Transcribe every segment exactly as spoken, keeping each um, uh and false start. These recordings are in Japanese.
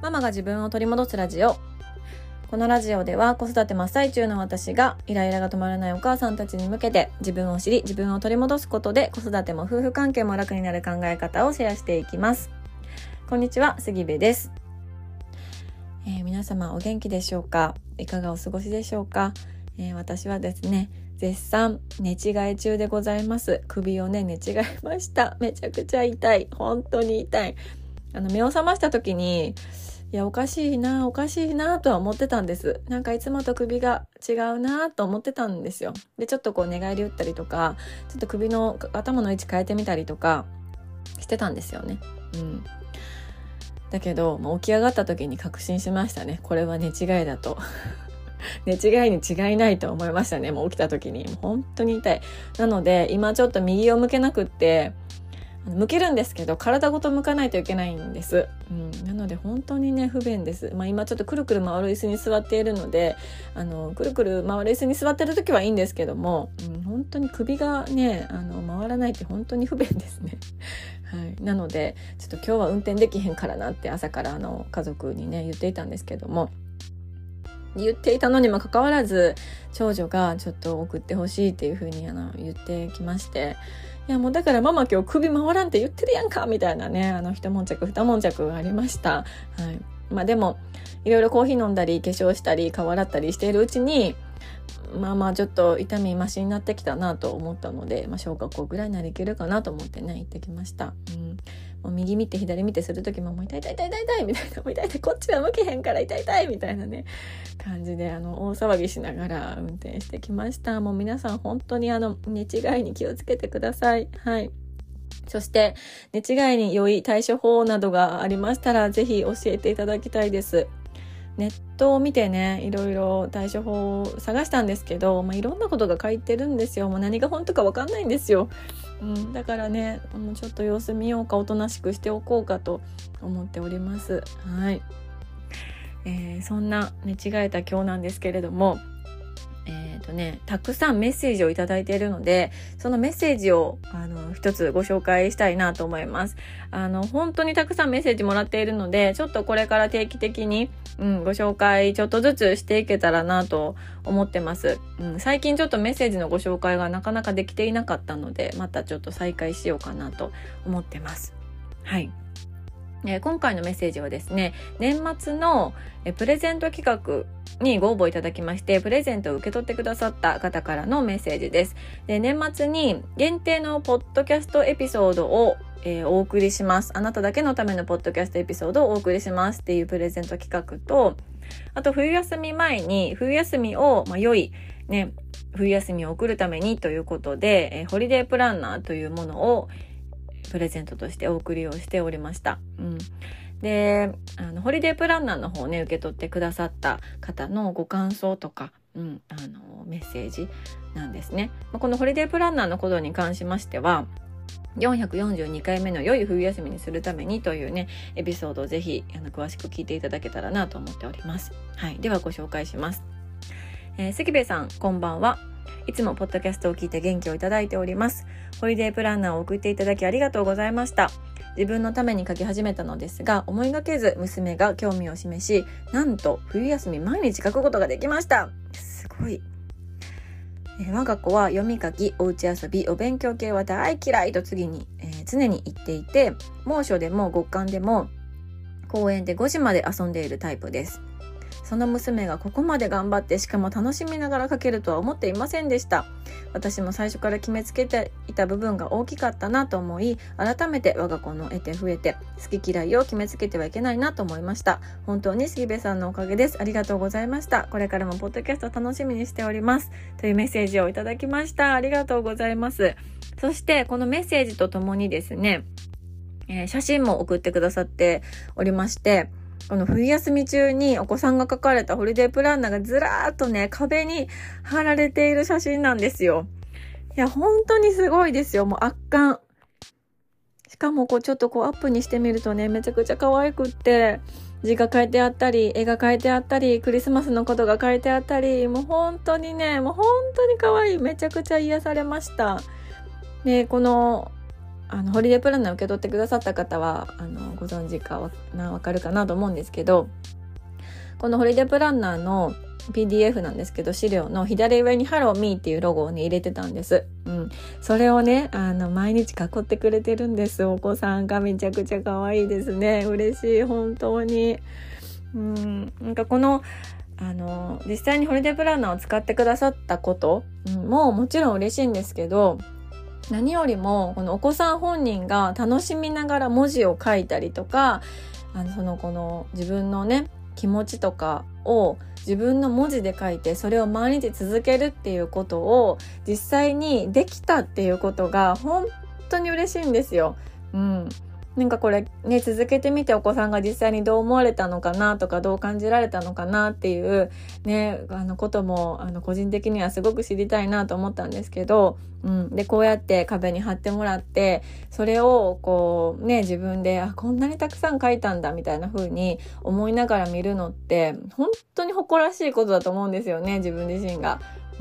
ママが自分を取り戻すラジオ。このラジオでは子育て真っ最中の私がイライラが止まらないお母さんたちに向けて自分を知り自分を取り戻すことで子育ても夫婦関係も楽になる考え方をシェアしていきます。こんにちは、杉部です。えー、皆様お元気でしょうか？いかがお過ごしでしょうか？えー、私はですね絶賛寝違え中でございます。首をね寝違えました。めちゃくちゃ痛い。本当に痛い。あの目を覚ました時にいやおかしいなおかしいなとは思ってたんです。なんかいつもと首が違うなと思ってたんですよ。でちょっとこう寝返り打ったりとかちょっと首の頭の位置変えてみたりとかしてたんですよね。うんだけど起き上がった時に確信しましたね。これは寝違いだと寝違いに違いないと思いましたね。もう起きた時にもう本当に痛い。なので今ちょっと右を向けなくって向けるんですけど体ごと向かないといけないんです、うん、なので本当にね不便です、まあ、今ちょっとくるくる回る椅子に座っているのであのくるくる回る椅子に座ってる時はいいんですけども、うん、本当に首がねあの回らないって本当に不便ですねはい、なのでちょっと今日は運転できへんからなって朝からあの家族にね言っていたんですけども言っていたのにもかかわらず長女がちょっと送ってほしいっていう風にあの言ってきまして、いやもうだからママ今日首回らんって言ってるやんかみたいなねあの一悶着二悶着がありました。はい、まあでもいろいろコーヒー飲んだり化粧したり顔洗ったりしているうちにまあまあちょっと痛みマシになってきたなと思ったので、まあ、小学校ぐらいならいけるかなと思ってね行ってきました。うんもう右見て左見てする時ももう痛い痛い痛い痛い痛いみたいなもう痛い痛いこっちは向けへんから痛い痛いみたいなね感じであの大騒ぎしながら運転してきました。もう皆さん本当にあの寝違いに気をつけてください。はいそして寝違いに良い対処法などがありましたらぜひ教えていただきたいです。ネットを見てねいろいろ対処法を探したんですけど、まあ、いろんなことが書いてるんですよ。もう何が本当か分かんないんですよ、うん、だからねもうちょっと様子見ようかおとなしくしておこうかと思っております。はい、えー、そんな寝違えた今日なんですけれどもえーとね、たくさんメッセージをいただいているのでそのメッセージをあの一つご紹介したいなと思います。あの本当にたくさんメッセージもらっているのでちょっとこれから定期的に、うん、ご紹介ちょっとずつしていけたらなと思ってます、うん、最近ちょっとメッセージのご紹介がなかなかできていなかったのでまたちょっと再開しようかなと思ってます。はいえー、今回のメッセージはですね年末のえプレゼント企画にご応募いただきましてプレゼントを受け取ってくださった方からのメッセージです。で年末に限定のポッドキャストエピソードを、えー、お送りします。あなただけのためのポッドキャストエピソードをお送りしますっていうプレゼント企画とあと冬休み前に冬休みを、まあ、良いね冬休みを送るためにということで、えー、ホリデープランナーというものをプレゼントとしてお送りをしておりました。うんであのホリデープランナーの方をね受け取ってくださった方のご感想とか、うん、あのメッセージなんですね。このホリデープランナーのことに関しましてはよんひゃくよんじゅうにかいめの良い冬休みにするためにというねエピソードをぜひあの詳しく聞いていただけたらなと思っております。はい、ではご紹介します。えー、関部さんこんばんは。いつもポッドキャストを聞いて元気をいただいております。ホリデープランナーを送っていただきありがとうございました。自分のために書き始めたのですが思いがけず娘が興味を示しなんと冬休み毎日書くことができました。すごい。え我が子は読み書きおうち遊びお勉強系は大嫌いと次に、えー、常に言っていて猛暑でも極寒でも公園でごじまで遊んでいるタイプです。その娘がここまで頑張ってしかも楽しみながら書けるとは思っていませんでした。私も最初から決めつけていた部分が大きかったなと思い改めて我が子の得て増えて好き嫌いを決めつけてはいけないなと思いました。本当に杉部さんのおかげです。ありがとうございました。これからもポッドキャスト楽しみにしておりますというメッセージをいただきました。ありがとうございます。そしてこのメッセージとともにですね、えー、写真も送ってくださっておりましてこの冬休み中にお子さんが描かれたホリデープランナーがずらーっとね壁に貼られている写真なんですよ。いや本当にすごいですよ。もう圧巻。しかもこうちょっとこうアップにしてみるとねめちゃくちゃ可愛くって字が書いてあったり絵が書いてあったりクリスマスのことが書いてあったりもう本当にねもう本当に可愛い。めちゃくちゃ癒されました。でこのあのホリデープランナー受け取ってくださった方はあのご存知かわなわかるかなと思うんですけど、このホリデープランナーの ピーディーエフ なんですけど、資料の左上にハローミーっていうロゴをね入れてたんです、うん、それをねあの毎日囲ってくれてるんです。お子さんがめちゃくちゃ可愛いですね。嬉しい、本当に。うん、なんかこのあの実際にホリデープランナーを使ってくださったこと、うん、ももちろん嬉しいんですけど、何よりもこのお子さん本人が楽しみながら文字を書いたりとか、あのそのこの自分のね気持ちとかを自分の文字で書いて、それを毎日続けるっていうことを実際にできたっていうことが本当に嬉しいんですよ。うん、なんかこれね続けてみてお子さんが実際にどう思われたのかなとか、どう感じられたのかなっていうねあのこともあの個人的にはすごく知りたいなと思ったんですけど、うん、でこうやって壁に貼ってもらって、それをこうね自分であこんなにたくさん書いたんだみたいな風に思いながら見るのって本当に誇らしいことだと思うんですよね、自分自身が。うん、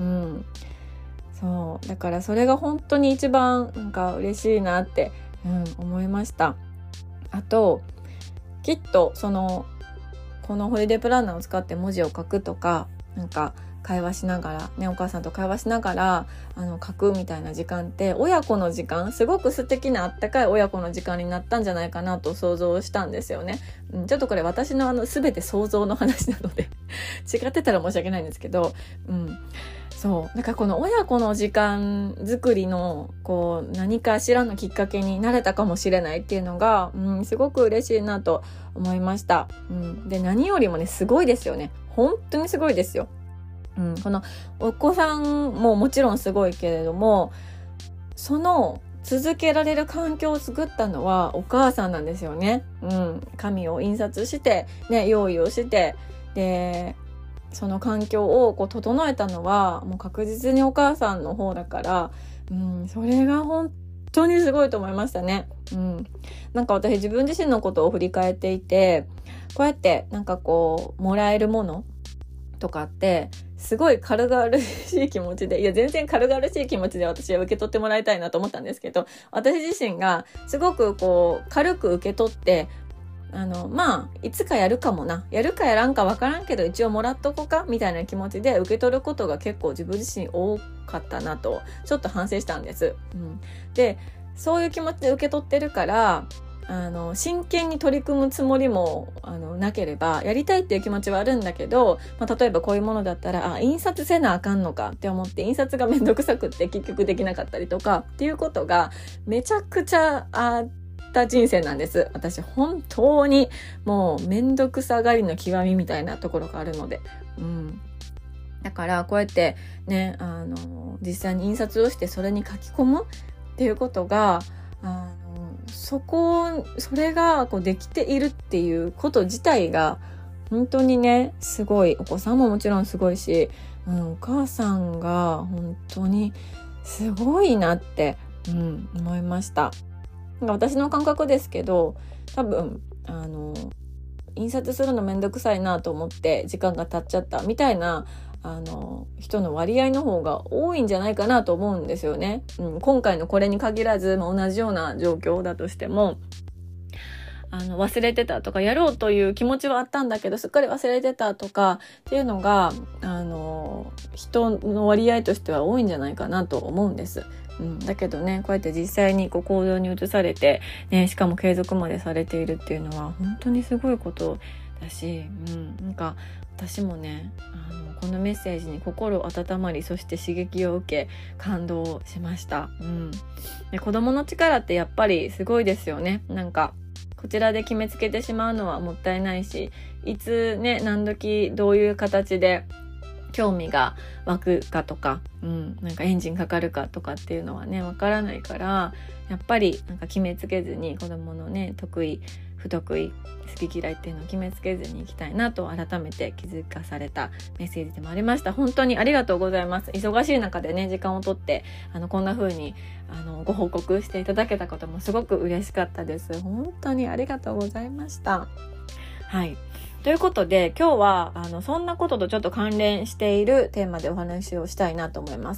そうだからそれが本当に一番なんか嬉しいなって、うん、思いました。あときっとそのこのホリデープランナーを使って文字を書くとか、なんか会話しながらねお母さんと会話しながらあの書くみたいな時間って親子の時間、すごく素敵なあったかい親子の時間になったんじゃないかなと想像したんですよね。うん、ちょっとこれ私のあの全て想像の話なので違ってたら申し訳ないんですけど、うん、そうなんかこの親子の時間作りのこう何かしらのきっかけになれたかもしれないっていうのが、うん、すごく嬉しいなと思いました。うん、で何よりもねすごいですよね。本当にすごいですよ。うん、このお子さんももちろんすごいけれども、その続けられる環境を作ったのはお母さんなんですよね。うん、紙を印刷して、ね、用意をして、でその環境をこう整えたのはもう確実にお母さんの方だから、うん、それが本当にすごいと思いましたね。うん、なんか私自分自身のことを振り返っていて、こうやってなんかこうもらえるものとかってすごい軽々しい気持ちで、いや全然軽々しい気持ちで私は受け取ってもらいたいなと思ったんですけど、私自身がすごくこう軽く受け取って、あのまあいつかやるかもな、やるかやらんか分からんけど一応もらっとこうかみたいな気持ちで受け取ることが結構自分自身多かったなとちょっと反省したんです。うん、でそういう気持ちで受け取ってるから、あの真剣に取り組むつもりもあのなければ、やりたいっていう気持ちはあるんだけど、まあ、例えばこういうものだったらあ印刷せなあかんのかって思って印刷がめんどくさくって結局できなかったりとかっていうことがめちゃくちゃあった人生なんです。私本当にもうめんどくさがりの極みみたいなところがあるので、うん、だからこうやってねあの実際に印刷をしてそれに書き込むっていうことがあのそこそれがこうできているっていうこと自体が本当にねすごい。お子さんももちろんすごいし、うん、お母さんが本当にすごいなって、うん、思いました。私の感覚ですけど、多分あの印刷するのめんどくさいなと思って時間が経っちゃったみたいなあの人の割合の方が多いんじゃないかなと思うんですよね。うん、今回のこれに限らず、まあ、同じような状況だとしてもあの忘れてたとか、やろうという気持ちはあったんだけどすっかり忘れてたとかっていうのがあの人の割合としては多いんじゃないかなと思うんです。うん、だけどねこうやって実際にこう行動に移されて、ね、しかも継続までされているっていうのは本当にすごいことだし、うん、なんか私もねあのこのメッセージに心温まり、そして刺激を受け感動しました。うん、で子供の力ってやっぱりすごいですよね。なんかこちらで決めつけてしまうのはもったいないし、いつね何時どういう形で興味が湧くかとか、うん、なんかエンジンかかるかとかっていうのはねわからないから、やっぱりなんか決めつけずに子供のね得意不得意好き嫌いっていうのを決めつけずにいきたいなと改めて気づかされたメッセージでもありました。本当にありがとうございます。忙しい中でね時間をとってあのこんな風にあのご報告していただけたこともすごく嬉しかったです。本当にありがとうございました。はい、ということで今日はあのそんなこととちょっと関連しているテーマでお話をしたいなと思います。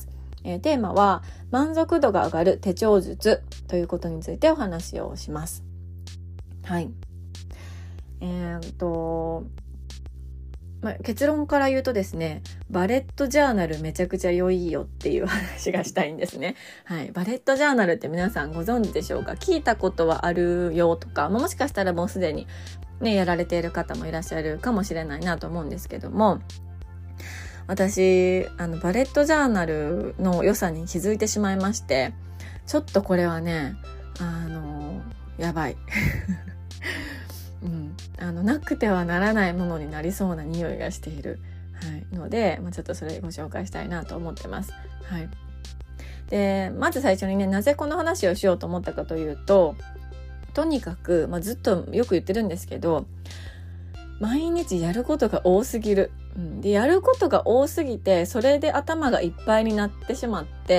えー、テーマは満足度が上がる手帳術ということについてお話をします。はい。えー、っと、まあ、結論から言うとですね、バレットジャーナルめちゃくちゃ良いよっていう話がしたいんですね。はい。バレットジャーナルって皆さんご存知でしょうか？聞いたことはあるよとか、まあ、もしかしたらもうすでにね、やられている方もいらっしゃるかもしれないなと思うんですけども、私、あの、バレットジャーナルの良さに気づいてしまいまして、ちょっとこれはね、あの、やばい。うん、あのなくてはならないものになりそうな匂いがしている、はい、ので、まあ、ちょっとそれご紹介したいなと思ってます。はい、でまず最初にね、なぜこの話をしようと思ったかというと、とにかく、まあ、ずっとよく言ってるんですけど、毎日やることが多すぎる、うん、でやることが多すぎて、それで頭がいっぱいになってしまって、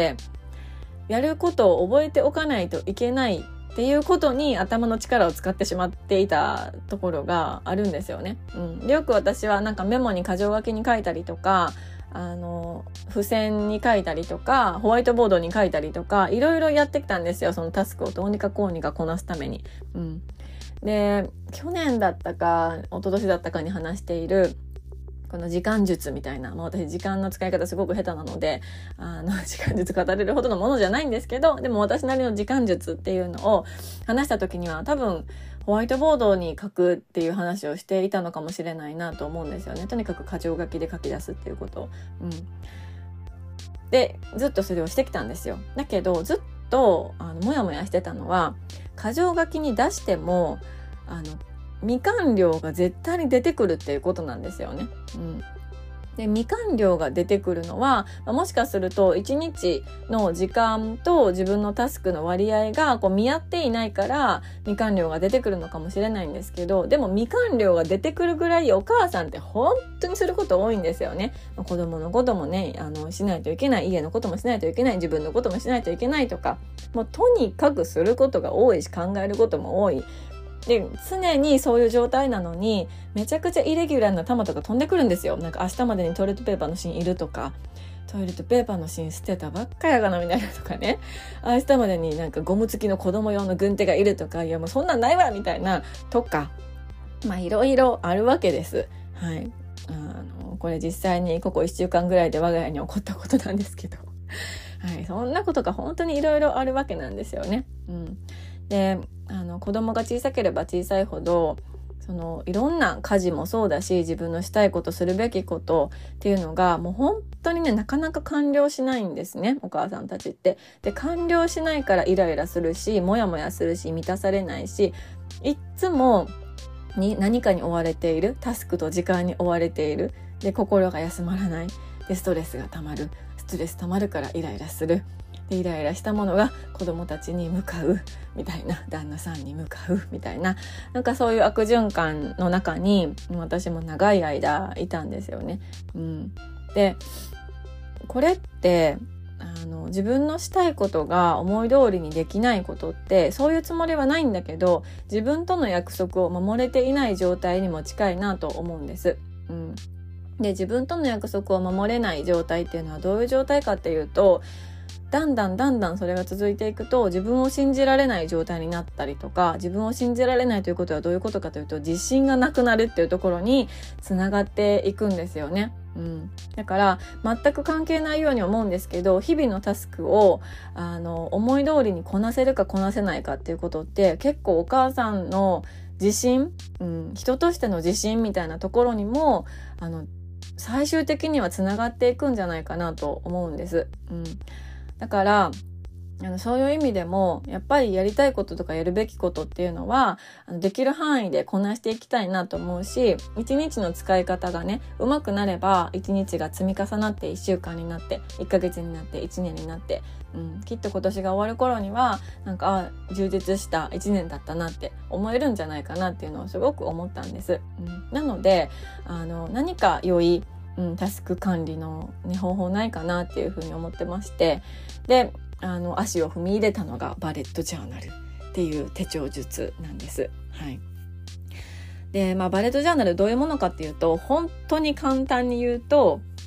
やることを覚えておかないといけないっていうことに頭の力を使ってしまっていたところがあるんですよね。うん、でよく私はなんかメモに箇条書きに書いたりとか、あの付箋に書いたりとか、ホワイトボードに書いたりとか、いろいろやってきたんですよ。そのタスクをどうにかこうにかこなすために。うん、で去年だったか一昨年だったかに話しているこの時間術みたいな、まあ、私時間の使い方すごく下手なので、あの時間術語れるほどのものじゃないんですけど、でも私なりの時間術っていうのを話した時には多分ホワイトボードに書くっていう話をしていたのかもしれないなと思うんですよね。とにかく箇条書きで書き出すっていうこと、うん、でずっとそれをしてきたんですよ。だけどずっとあのモヤモヤしてたのは、箇条書きに出してもあの未完了が絶対に出てくるっていうことなんですよね。うん、で未完了が出てくるのは、もしかするといちにちの時間と自分のタスクの割合がこう見合っていないから未完了が出てくるのかもしれないんですけど、でも未完了が出てくるぐらいお母さんって本当にすること多いんですよね。子供のこともね、あのしないといけない、家のこともしないといけない、自分のこともしないといけないとか、もうとにかくすることが多いし、考えることも多いで、常にそういう状態なのに、めちゃくちゃイレギュラーな玉とか飛んでくるんですよ。なんか明日までにトイレットペーパーの芯いるとか、トイレットペーパーの芯捨てたばっかやがなみたいなとかね、明日までになんかゴム付きの子供用の軍手がいるとか、いやもうそんなんないわみたいなとか、まあいろいろあるわけです。はい。あのこれ実際にここいっしゅうかんぐらいで我が家に起こったことなんですけど、はい、そんなことが本当にいろいろあるわけなんですよね。うん。で、あの子供が小さければ小さいほど、そのいろんな家事もそうだし、自分のしたいことするべきことっていうのがもう本当にね、なかなか完了しないんですね、お母さんたちって。で、完了しないからイライラするし、モヤモヤするし、満たされないし、いっつもに何かに追われている、タスクと時間に追われている。で、心が休まらない。で、ストレスがたまる。ストレスたまるからイライラする。でイライラしたものが子供たちに向かうみたいな、旦那さんに向かうみたいな、なんかそういう悪循環の中に私も長い間いたんですよね。うん、でこれってあの自分のしたいことが思い通りにできないことって、そういうつもりはないんだけど、自分との約束を守れていない状態にも近いなと思うんです。うん、で自分との約束を守れない状態っていうのはどういう状態かっていうと、だんだんだんだんそれが続いていくと、自分を信じられない状態になったりとか、自分を信じられないということはどういうことかというと、自信がなくなるっていうところにつながっていくんですよね。うん、だから全く関係ないように思うんですけど、日々のタスクをあの思い通りにこなせるかこなせないかっていうことって、結構お母さんの自信、うん、人としての自信みたいなところにもあの最終的にはつながっていくんじゃないかなと思うんです。うんだからあのそういう意味でもやっぱりやりたいこととかやるべきことっていうのはあのできる範囲でこなしていきたいなと思うし、一日の使い方がね上手くなれば一日が積み重なっていっしゅうかんになっていっかげつになっていちねんになって、うん、きっと今年が終わる頃にはなんかあ充実したいちねんだったなって思えるんじゃないかなっていうのをすごく思ったんです。うん、なのであの何か良いうん、タスク管理の、ね、方法ないかなっていうふうに思ってまして、であの足を踏み入れたのがバレットジャーナルっていう手帳術なんです。はいでまあ、バレットジャーナルどういうものかっていうと、本当に簡単に言うと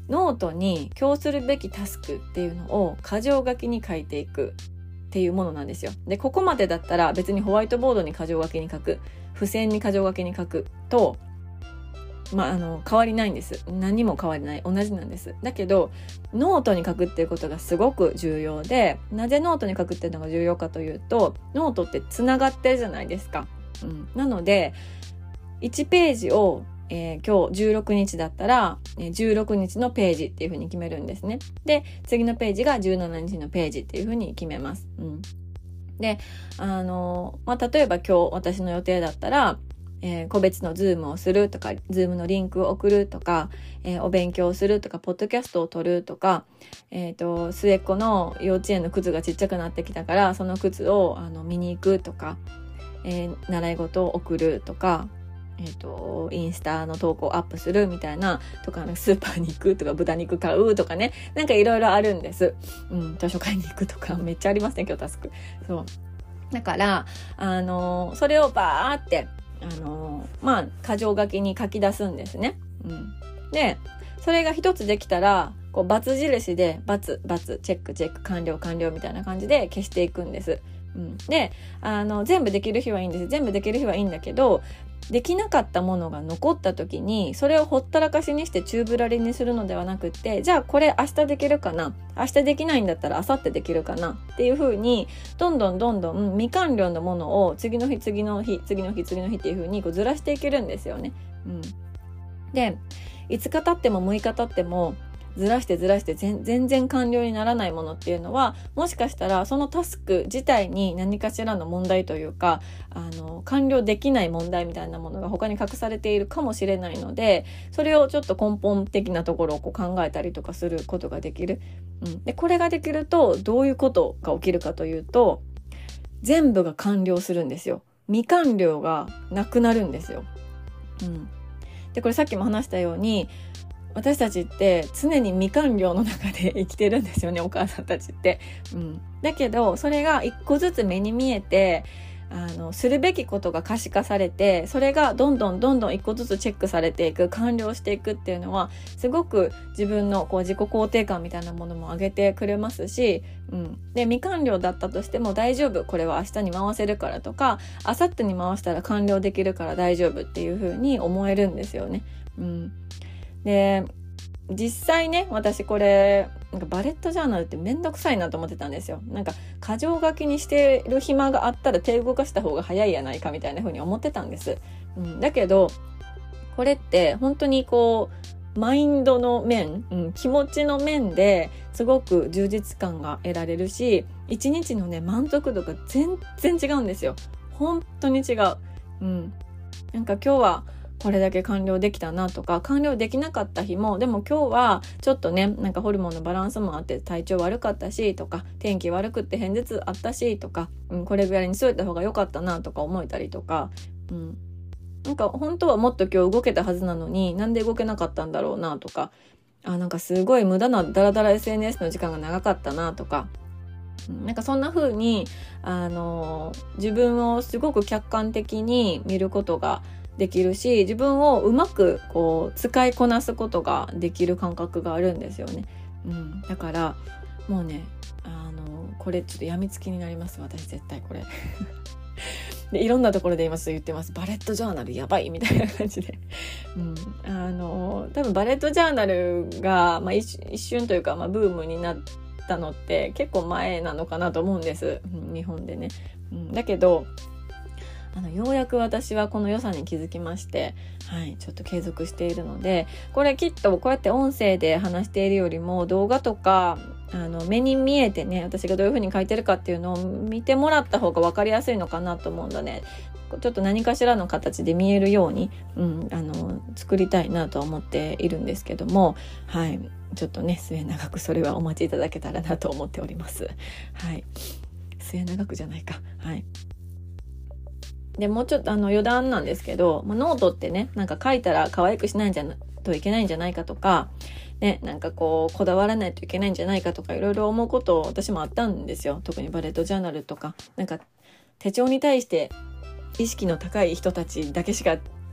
ノートに今日するべきタスクっていうのを箇条書きに書いていくっていうものなんですよ。で、ここまでだったら別にホワイトボードに箇条書きに書く、付箋に箇条書きに書くと、まあ、あの変わりないんです。何も変わりない、同じなんです。だけどノートに書くっていうことがすごく重要で、なぜノートに書くっていうのが重要かというと、ノートってつながってるじゃないですか、うん、なのでいちページを、えー、今日じゅうろくにちだったらじゅうろくにちのページっていう風に決めるんですね。で、次のページがじゅうしちにちのページっていう風に決めます、うん、で、あの、まあ、例えば今日私の予定だったらえー、個別のズームをするとか、ズームのリンクを送るとか、えー、お勉強をするとか、ポッドキャストを撮るとか、えっと、末っ子の幼稚園の靴がちっちゃくなってきたから、その靴をあの見に行くとか、えー、習い事を送るとか、えっと、インスタの投稿をアップするみたいなとか、スーパーに行くとか、豚肉買うとかね、なんかいろいろあるんです。うん、図書館に行くとか、めっちゃありますね、今日タスク。そう。だから、あのー、それをバーって、あのー、まあ箇条書きに書き出すんですね、うん、でそれが一つできたらこう×印で××チェックチェック完了完了みたいな感じで消していくんです、うん、であの全部できる日はいいんです。全部できる日はいいんだけど、できなかったものが残った時にそれをほったらかしにして宙ぶらりんにするのではなくって、じゃあこれ明日できるかな、明日できないんだったら明後日できるかなっていう風にどんどんどんどん未完了のものを次の日次の日次の日次の日っていう風にこうずらしていけるんですよね、うん、でいつか経ってもむいか経ってもずらしてずらして全然完了にならないものっていうのは、もしかしたらそのタスク自体に何かしらの問題というか、あの完了できない問題みたいなものが他に隠されているかもしれないので、それをちょっと根本的なところをこう考えたりとかすることができる、うん、でこれができるとどういうことが起きるかというと、全部が完了するんですよ。未完了がなくなるんですよ、うん、でこれさっきも話したように、私たちって常に未完了の中で生きてるんですよね、お母さんたちって、うん、だけどそれが一個ずつ目に見えて、あのするべきことが可視化されて、それがどんどんどんどん一個ずつチェックされていく、完了していくっていうのはすごく自分のこう自己肯定感みたいなものも上げてくれますし、うん、で未完了だったとしても大丈夫、これは明日に回せるからとか、明後日に回したら完了できるから大丈夫っていう風に思えるんですよね、うん、で実際ね、私これなんかバレットジャーナルってめんどくさいなと思ってたんですよ。なんか箇条書きにしてる暇があったら手動かした方が早いやないかみたいな風に思ってたんです、うん、だけどこれって本当にこうマインドの面、うん、気持ちの面ですごく充実感が得られるし、一日のね満足度が全然違うんですよ。本当に違う、うん、なんか今日はこれだけ完了できたなとか、完了できなかった日もでも今日はちょっとねなんかホルモンのバランスもあって体調悪かったしとか、天気悪くって偏頭痛あったしとか、うん、これぐらいにしといた方が良かったなとか思えたりとか、うん、なんか本当はもっと今日動けたはずなのになんで動けなかったんだろうなとか、あなんかすごい無駄なダラダラ エスエヌエス の時間が長かったなとか、なんかそんな風にあの自分をすごく客観的に見ることができるし、自分をうまくこう使いこなすことができる感覚があるんですよね、うん、だからもうねあのこれちょっと病みつきになります私絶対これでいろんなところで今言ってます。バレットジャーナルやばいみたいな感じで、うん、あの多分バレットジャーナルが、まあ、一, 一瞬というか、まあ、ブームになったのって結構前なのかなと思うんです、うん、日本でね、うん、だけどあのようやく私はこの良さに気づきまして、はい、ちょっと継続しているので、これきっとこうやって音声で話しているよりも動画とかあの目に見えてね、私がどういう風に書いてるかっていうのを見てもらった方が分かりやすいのかなと思うんだね。ちょっと何かしらの形で見えるように、うん、あの作りたいなと思っているんですけども、はい、ちょっとね末永くそれはお待ちいただけたらなと思っております。はい、末永くじゃないか、はい。でもうちょっとあの余談なんですけど、まあ、ノートってねなんか書いたら可愛くしないんじゃなといけないんじゃないかとかね、なんかこうこだわらないといけないんじゃないかとかいろいろ思うこと私もあったんですよ。特にバレットジャーナルとかなんか手帳に対して意識の高い人たちだけしか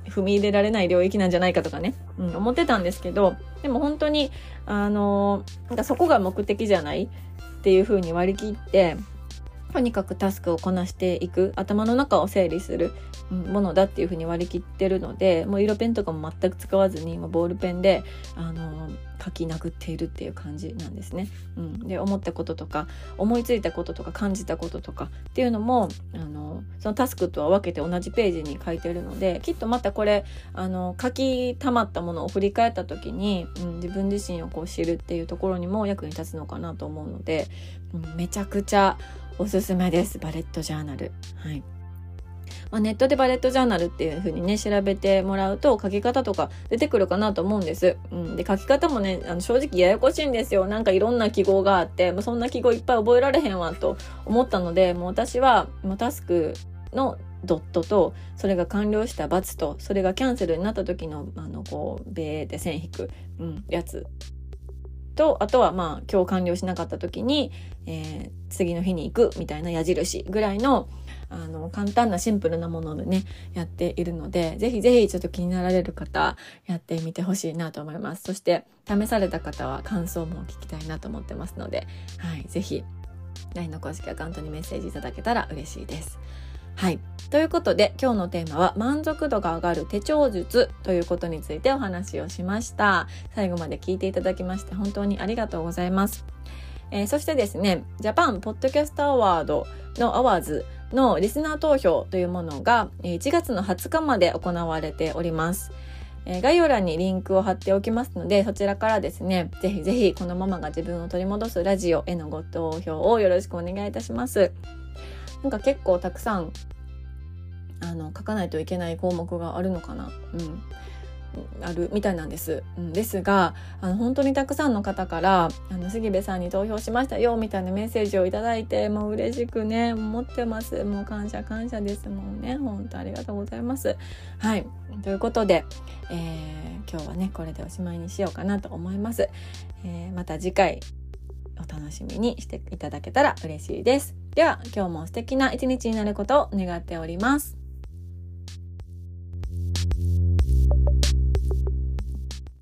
踏み入れられない領域なんじゃないかとかね、うん、思ってたんですけど、でも本当にあのなんかそこが目的じゃないっていう風に割り切って、とにかくタスクをこなしていく、頭の中を整理するものだっていう風に割り切ってるので、もう色ペンとかも全く使わずに、もうボールペンであの書き殴っているっていう感じなんですね、うん、で思ったこととか思いついたこととか感じたこととかっていうのもあのそのタスクとは分けて同じページに書いてるので、きっとまたこれあの書き溜まったものを振り返った時に、うん、自分自身をこう知るっていうところにも役に立つのかなと思うので、うん、めちゃくちゃおすすめです。バレットジャーナル。はい。まあ、ネットでバレットジャーナルっていう風にね調べてもらうと書き方とか出てくるかなと思うんです。うん、で書き方もねあの正直ややこしいんですよ。なんかいろんな記号があって、もうそんな記号いっぱい覚えられへんわと思ったので、もう私はもうタスクのドットとそれが完了した×とそれがキャンセルになった時のあのこうベーって線引く、うん、やつと、あとはまあ今日完了しなかった時に、えー、次の日に行くみたいな矢印ぐらいのあの簡単なシンプルなものでねやっているので、ぜひぜひちょっと気になられる方やってみてほしいなと思います。そして試された方は感想も聞きたいなと思ってますので、はい、ぜひ ライン の公式アカウントにメッセージいただけたら嬉しいです。はい。ということで今日のテーマは満足度が上がる手帳術ということについてお話をしました。最後まで聞いていただきまして本当にありがとうございます。えー、そしてですね、ジャパンポッドキャストアワードのアワーズのリスナー投票というものがいちがつのはつかまで行われております。えー、概要欄にリンクを貼っておきますので、そちらからですね、ぜひぜひこのママが自分を取り戻すラジオへのご投票をよろしくお願いいたします。なんか結構たくさんあの書かないといけない項目があるのかな、うん、あるみたいなんです、うん、ですがあの本当にたくさんの方からあの杉部さんに投票しましたよみたいなメッセージをいただいて、もう嬉しくね思ってます。もう感謝感謝ですもんね。本当ありがとうございます。はい、ということで、えー、今日はねこれでおしまいにしようかなと思います。えー、また次回お楽しみにしていただけたら嬉しいです。では今日も素敵な一日になることを願っております。